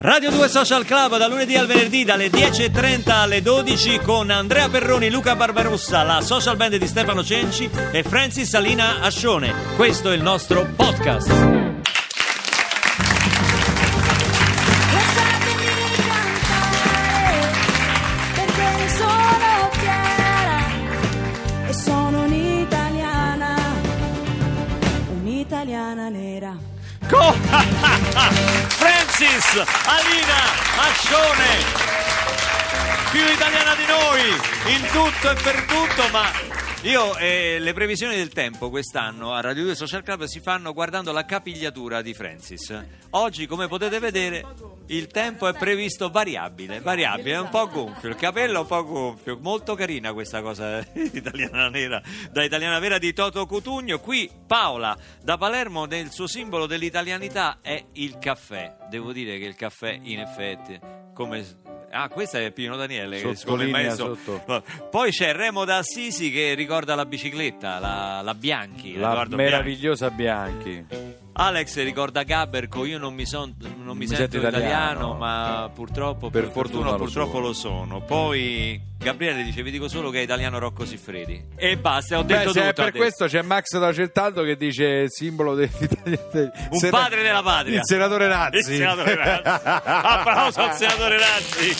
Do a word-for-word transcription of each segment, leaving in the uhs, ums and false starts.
Radio due Social Club da lunedì al venerdì dalle dieci e trenta alle dodici con Andrea Perroni, Luca Barbarossa, la social band di Stefano Cenci e Francis Salina Ascione. Questo è il nostro podcast. Lasciatemi cantare perché ne sono fiera e sono un'italiana, un'italiana nera. Co- Francis Alina Ascione, più italiana di noi in tutto e per tutto, ma io eh, le previsioni del tempo quest'anno a Radio due Social Club si fanno guardando la capigliatura di Francis. Oggi, come potete vedere, il tempo è previsto variabile, variabile, è un po' gonfio, il capello è un po' gonfio, molto carina questa cosa italiana nera, da italiana vera di Toto Cutugno. Qui Paola da Palermo, nel suo simbolo dell'italianità è il caffè. Devo dire che il caffè in effetti, come... Ah, questa è Pino Daniele che come maestro. Sotto. Poi c'è Remo da Assisi che ricorda la bicicletta, la, la Bianchi, la meravigliosa Bianchi. Bianchi. Alex ricorda Gaberco, io non mi, son, non mi, mi sento italiano, italiano, ma purtroppo per, per fortuna, fortuna purtroppo lo sono. lo sono. Poi Gabriele dice: vi dico solo che è italiano Rocco Siffredi. E basta, ho detto Beh, tutto. Per questo c'è Max da Certaldo che dice simbolo dell'italiano. Un sen- padre della patria. Il senatore Razzi. Il senatore Razzi. Applauso al senatore Razzi.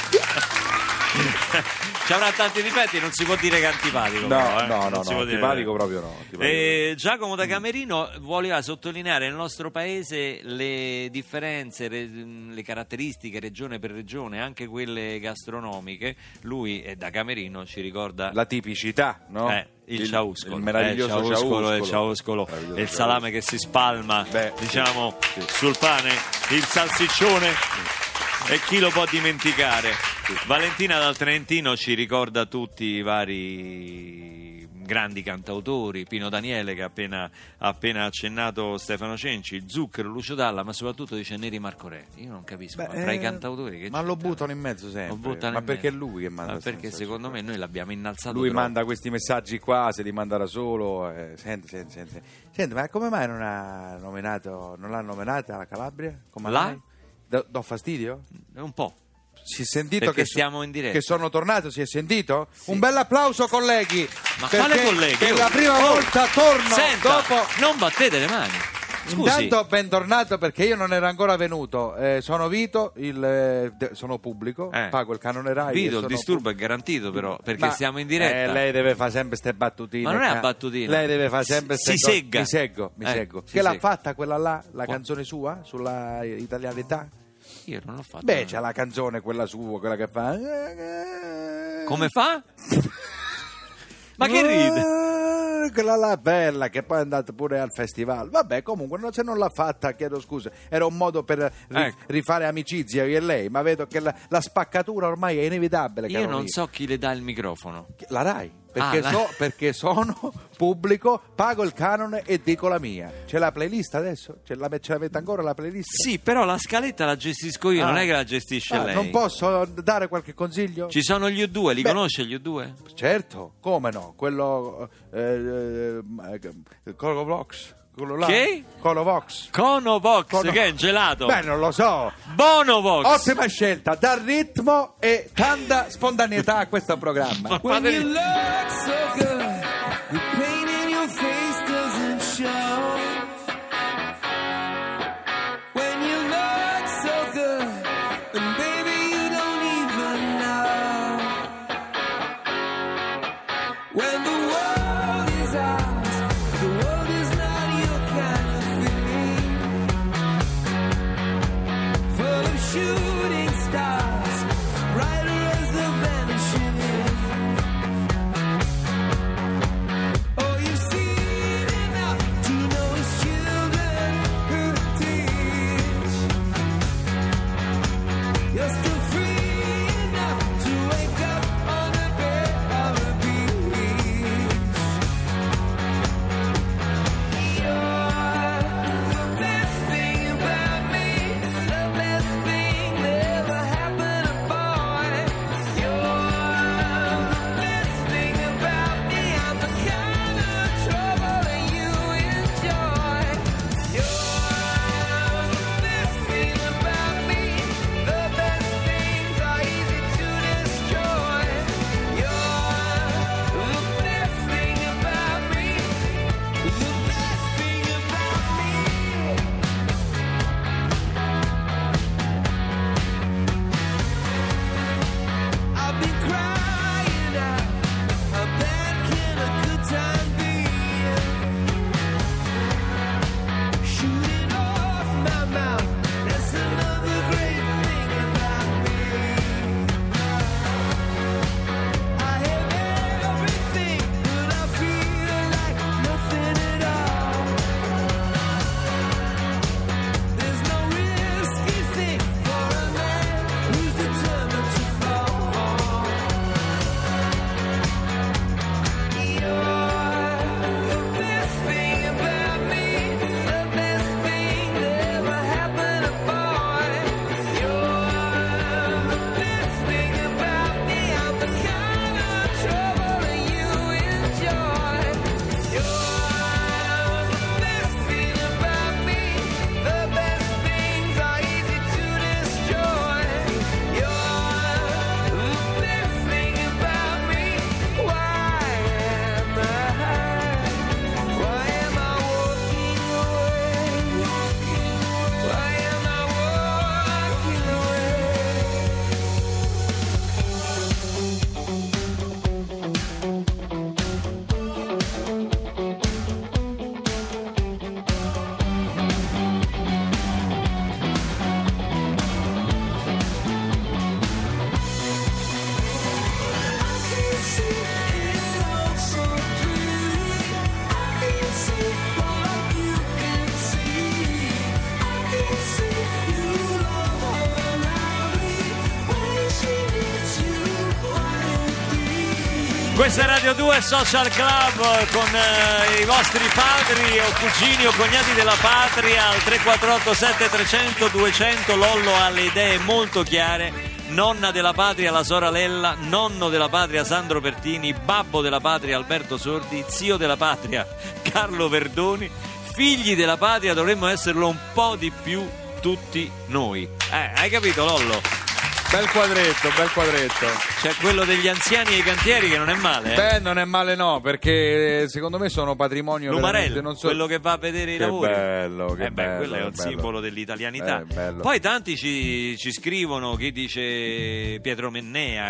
Ci avrà tanti difetti, non si può dire che è antipatico. No, però, eh? no, no, no antipatico proprio no. Antipatico. E Giacomo da Camerino voleva sottolineare nel nostro paese le differenze, le caratteristiche regione per regione, anche quelle gastronomiche. Lui è da Camerino, ci ricorda la tipicità, no? Eh, il, il ciauscolo, il meraviglioso eh, il ciauscolo, ciauscolo, il ciauscolo e il salame che si spalma, Beh, diciamo, sì, sì. sul pane, il salsiccione. E chi lo può dimenticare? Valentina dal Trentino ci ricorda tutti i vari grandi cantautori, Pino Daniele che ha appena, appena accennato Stefano Cenci, Zucchero, Lucio Dalla, ma soprattutto dice Neri Marco Re. Io non capisco, Beh, ma fra eh, i cantautori che ma lo buttano in mezzo sempre. Ma perché è lui che manda? Ma perché secondo me noi l'abbiamo innalzato. Lui troppo. manda questi messaggi qua, se li manda da solo. Eh, senti, senti, senti. Senti, ma come mai non ha nominato, non l'ha nominata la Calabria? Come là? Mai? Do, do fastidio? Un po'. Si è sentito perché che siamo in diretta. Che sono tornato, si è sentito? Sì. Un bel applauso, colleghi. Ma quale colleghi? Per la prima oh, volta torno senta, dopo. Non battete le mani. Scusi. Intanto bentornato, perché io non ero ancora venuto. Eh, sono Vito, il, eh, de, sono pubblico, eh. pago il canone Rai. Vito, il disturbo pub- è garantito però, perché Ma, siamo in diretta. Eh, lei deve fare sempre ste battutine. Ma non è a battutine. Lei deve fare sempre S- ste si cose. segga. Mi seggo, mi eh, seggo. si Che segga. l'ha fatta quella là, la Qua. canzone sua, sulla italianità? Io non l'ho fatto. Beh, c'è la canzone quella sua, quella che fa. Come fa? Ma che ride? Quella là bella che poi è andata pure al festival. Vabbè, comunque, se non l'ha fatta, chiedo scusa. Era un modo per ri- ecco. rifare amicizia io e lei, ma vedo che la, la spaccatura ormai è inevitabile. Io non Carolina. so chi le dà il microfono. La Rai. Perché, Ah, so, la... perché sono pubblico, pago il canone e dico la mia. C'è la playlist adesso? Ce, la, ce l'avete ancora la playlist? Sì, però la scaletta la gestisco io, ah. non è che la gestisce ah, lei. Non posso dare qualche consiglio? Ci sono gli U due, li Beh, conosce gli U due? Certo, come no? Quello eh, eh, Colovox. Quello là. Che? Colovox. Conovox, Cono... che è gelato. Beh, non lo so. Bonovox. Ottima scelta, dà ritmo e tanta spontaneità a questo programma. Ma padre... You look so good, the pain in your face doesn't show. When you look so good, and baby you don't even know. When the world is ours, the world is not your kind of thing. Full of shooting stars, brighter as the vanishing. Oh, you've seen enough to know it's children who teach. You're still free enough to wake up on the bed of a beach. You're the best thing about me, the best thing Questa è Radio due Social Club con eh, i vostri padri o cugini o cognati della patria al tre quattro otto sette trecento duecento. Lollo ha le idee molto chiare. Nonna della patria la Soralella, nonno della patria Sandro Pertini, babbo della patria Alberto Sordi, zio della patria Carlo Verdoni, figli della patria dovremmo esserlo un po' di più tutti noi. Eh, hai capito Lollo? Bel quadretto, bel quadretto. C'è quello degli anziani e i cantieri che non è male, eh? Beh, non è male no, perché secondo me sono patrimonio Lumarello, non so... quello che va a vedere i che lavori. Bello, che eh beh, bello, quello è un bello. simbolo dell'italianità. Eh, bello. Poi tanti ci, ci scrivono, chi dice Pietro Mennea,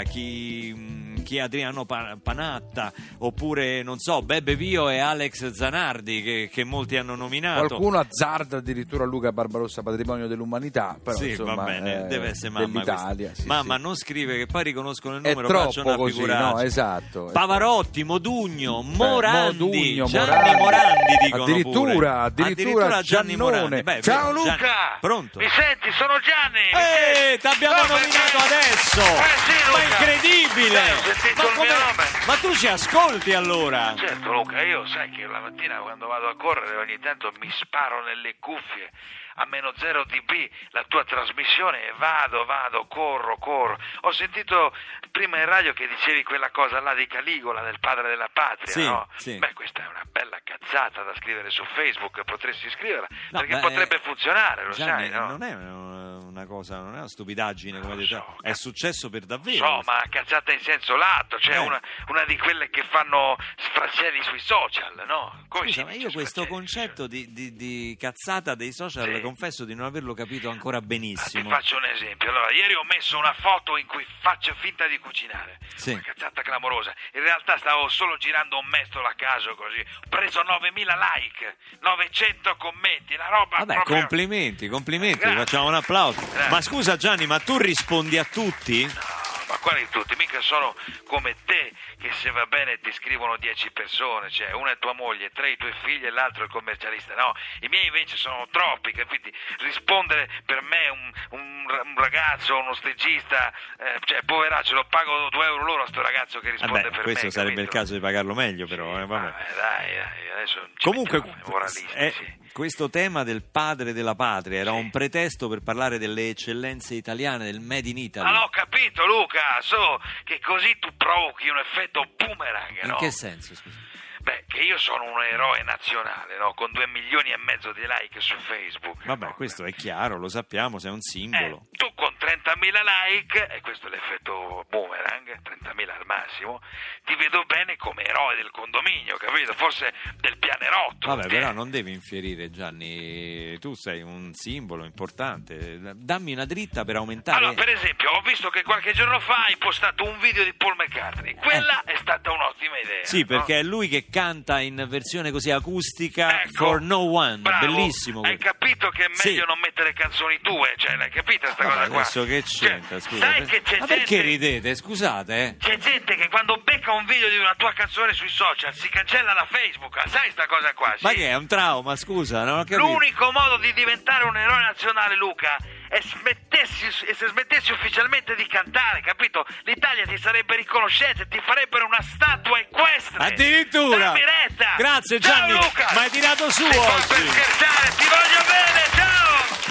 chi, chi Adriano Pa- Panatta, oppure non so, Bebe Vio e Alex Zanardi che, che molti hanno nominato. Qualcuno azzarda addirittura Luca Barbarossa patrimonio dell'umanità, però sì, insomma, va bene, eh, deve essere mamma dell'Italia. questa. Sì, mamma sì. non scrive che poi riconoscono il È numero, troppo faccio una così, figuraccia. no, esatto. Pavarotti, Modugno, Morandi, Modugno, Gianni Morandi. Morandi dicono Addirittura, pure. addirittura Gianni Giannone. Morandi. Beh, Ciao, vedi, Luca! Gianni- Pronto? Mi senti? Sono Gianni! mi Eh, senti? ti abbiamo No, nominato perché- adesso! Eh sì, Ma Luca. incredibile! Eh, ho sentito Ma, il come- mio nome. ma tu ci ascolti allora? Certo Luca, io sai che la mattina quando vado a correre ogni tanto mi sparo nelle cuffie a meno zero dB la tua trasmissione e vado, vado, corro, corro. Ho sentito prima in radio che dicevi quella cosa là di Caligola, del padre della patria, Sì, no? sì. Beh, questa è una bella cazzata da scrivere su Facebook, potresti scriverla, No, perché beh, potrebbe funzionare, lo Gianni, sai, no? non è una, una cosa, non è una stupidaggine come Lo detto. so, È successo per davvero. So, ma cazzata in senso lato, cioè Eh. una, una di quelle che fanno sfracelli sui social, no? Come Scusa, si ma dice io questo sfracelli? concetto di, di- di cazzata dei social Sì. confesso di non averlo capito ancora Ah, ti benissimo. faccio un esempio. Allora, ieri ho messo una foto in cui faccio finta di cucinare. Sì. Una cazzata clamorosa. In realtà stavo solo girando un mestolo a caso così. Ho preso novemila like, novecento commenti, la roba Vabbè, proprio... complimenti, complimenti, Grazie. facciamo un applauso. Grazie. Ma scusa Gianni, ma tu rispondi a tutti? No, ma quali tutti? Mica sono come te che se va bene ti scrivono dieci persone, cioè una è tua moglie, tre i tuoi figli e l'altro il commercialista. No, i miei invece sono troppi, capiti? Rispondere per me un, un, un ragazzo, uno stagista, eh, cioè poveraccio, lo pago due euro l'ora a sto ragazzo che risponde Vabbè, per questo me. sarebbe capito? il caso di pagarlo meglio però. Sì, eh, vabbè. vabbè, dai, dai, adesso ci Comunque, mettiamo i moralisti, eh, sì. questo tema del padre della patria era Sì. un pretesto per parlare delle eccellenze italiane, del Made in Italy. Ma l'ho capito Luca, so che così tu provochi un effetto boomerang, In no? che senso, scusa? Beh, che io sono un eroe nazionale, no? Con due milioni e mezzo di like su Facebook. Vabbè, no? questo è chiaro, lo sappiamo, sei un simbolo. Eh, tu con trentamila like, e questo è l'effetto boomerang, trentamila al massimo, ti vedo bene come eroe del condominio, capito? Forse del pianerotto. Vabbè, Eh, però non devi infierire, Gianni, tu sei un simbolo importante. Dammi una dritta per aumentare. Allora, per esempio, ho visto che qualche giorno fa hai postato un video di Paul McCartney. Quella è stata un'ottima idea. Eh. Sì, no? perché è lui che canta in versione così acustica Ecco, For No One, bravo. bellissimo. Hai quello. capito che è Sì. meglio non mettere canzoni tue, cioè l'hai capita sta Vabbè, cosa qua? adesso che c'entra, Cioè, scusa. sai che c'è Ma gente... perché ridete? Scusate, eh. C'è gente che quando becca un video di una tua canzone sui social si cancella da Facebook, sai sta cosa qua? Sì. Ma che è un trauma, scusa, non ho capito. L'unico modo di diventare un eroe nazionale, Luca, è smettessi, e se smettessi ufficialmente di cantare, capito? L'Italia ti sarebbe riconoscente, ti farebbero una statua equestre. Addirittura. Dammi retta. Grazie, Ciao, Gianni, Luca. ma hai tirato su Mi fa oggi. per scherzare, ti voglio bene, ciao.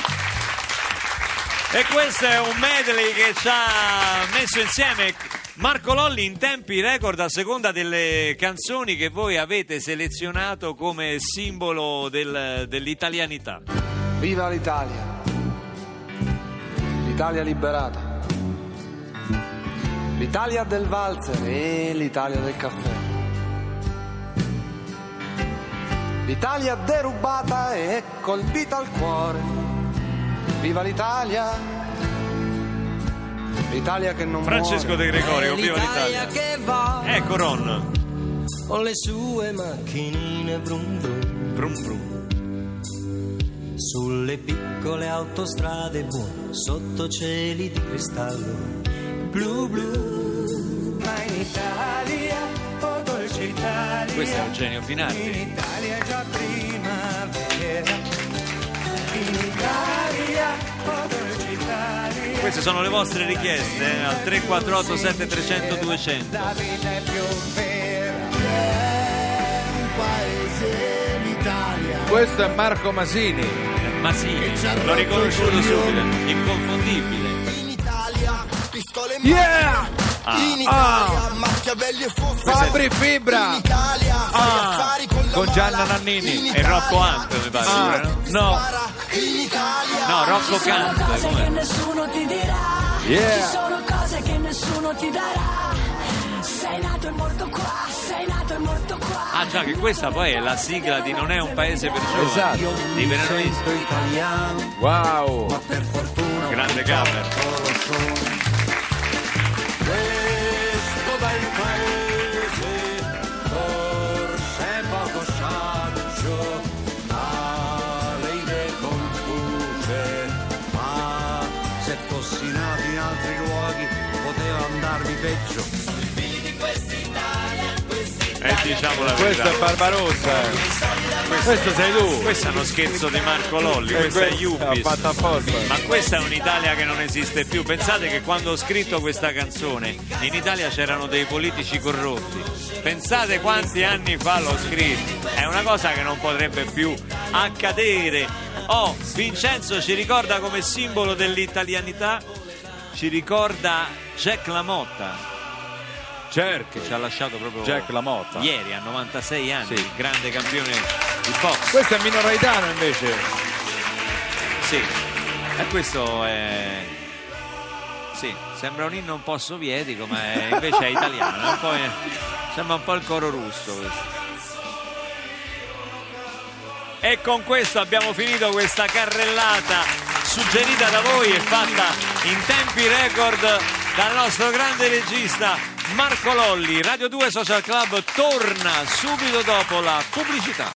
E questo è un medley che ci ha messo insieme Marco Lolli in tempi record a seconda delle canzoni che voi avete selezionato come simbolo del- dell'italianità. Viva l'Italia, l'Italia liberata, l'Italia del valzer e l'Italia del caffè, l'Italia derubata e colpita al cuore. Viva l'Italia, l'Italia che non Francesco muore. De Gregorio, viva l'Italia. che va Ecco Ron. con le sue macchinine brum brum Brum brum. sulle piccole autostrade buone sotto cieli di cristallo blu blu. Ma in Italia, oh dolce Italia, Questo è Eugenio in Finardi. Italia già primavera. In Italia, oh dolce Italia, Queste sono le vostre richieste eh, al tre quattro otto sette tre zero zero due zero zero. La vita è più vera, è un paese l'Italia. Questo è Marco Masini. Ma sì, l'ho riconosciuto subito, inconfondibile. In Italia, pistole in Yeah! Ah. in Italia, Machiavelli e fosfori. Fabri Fibra. In Italia, fai Ah. affari con la Con Gianna mala. Nannini. In E Rocco Italia, Hunt, mi pare. Ah, no? no. spara. In Italia. No, Rocco canta. Cose che com'è? nessuno ti dirà. Yeah. Ci sono cose che nessuno ti darà. Sei nato e morto qua, sei nato e morto qua. Ah già, che questa poi è la sigla di Non è un paese per giovani. Esatto. Di Veronesi. italiano, Wow. ma per fortuna Grande cover. lo sono. Questo bel paese, forse poco saggio, ha le idee confuse, ma se fossi nato in altri luoghi poteva andarmi peggio. Eh, diciamo la Questo verità. è Barbarossa. eh. Questo sei tu. Questo è uno scherzo di Marco Lolli, E questa è questo Yuppies. ha fatto apposta. Ma questa è un'Italia che non esiste più. Pensate che quando ho scritto questa canzone in Italia c'erano dei politici corrotti. Pensate quanti anni fa l'ho scritto. È una cosa che non potrebbe più accadere. Oh, Vincenzo ci ricorda come simbolo dell'italianità, ci ricorda Jack LaMotta, Certo. che ci ha lasciato proprio Jack LaMotta. ieri a novantasei anni, Sì. il grande campione di box. Questo è Mino Raitano invece. Sì, e questo è... Sì, sembra un inno un po' sovietico, ma è- invece è italiano, è un po'... sembra un po' il coro russo questo. E con questo abbiamo finito questa carrellata suggerita da voi e fatta in tempi record dal nostro grande regista Marco Lolli. Radio due Social Club torna subito dopo la pubblicità.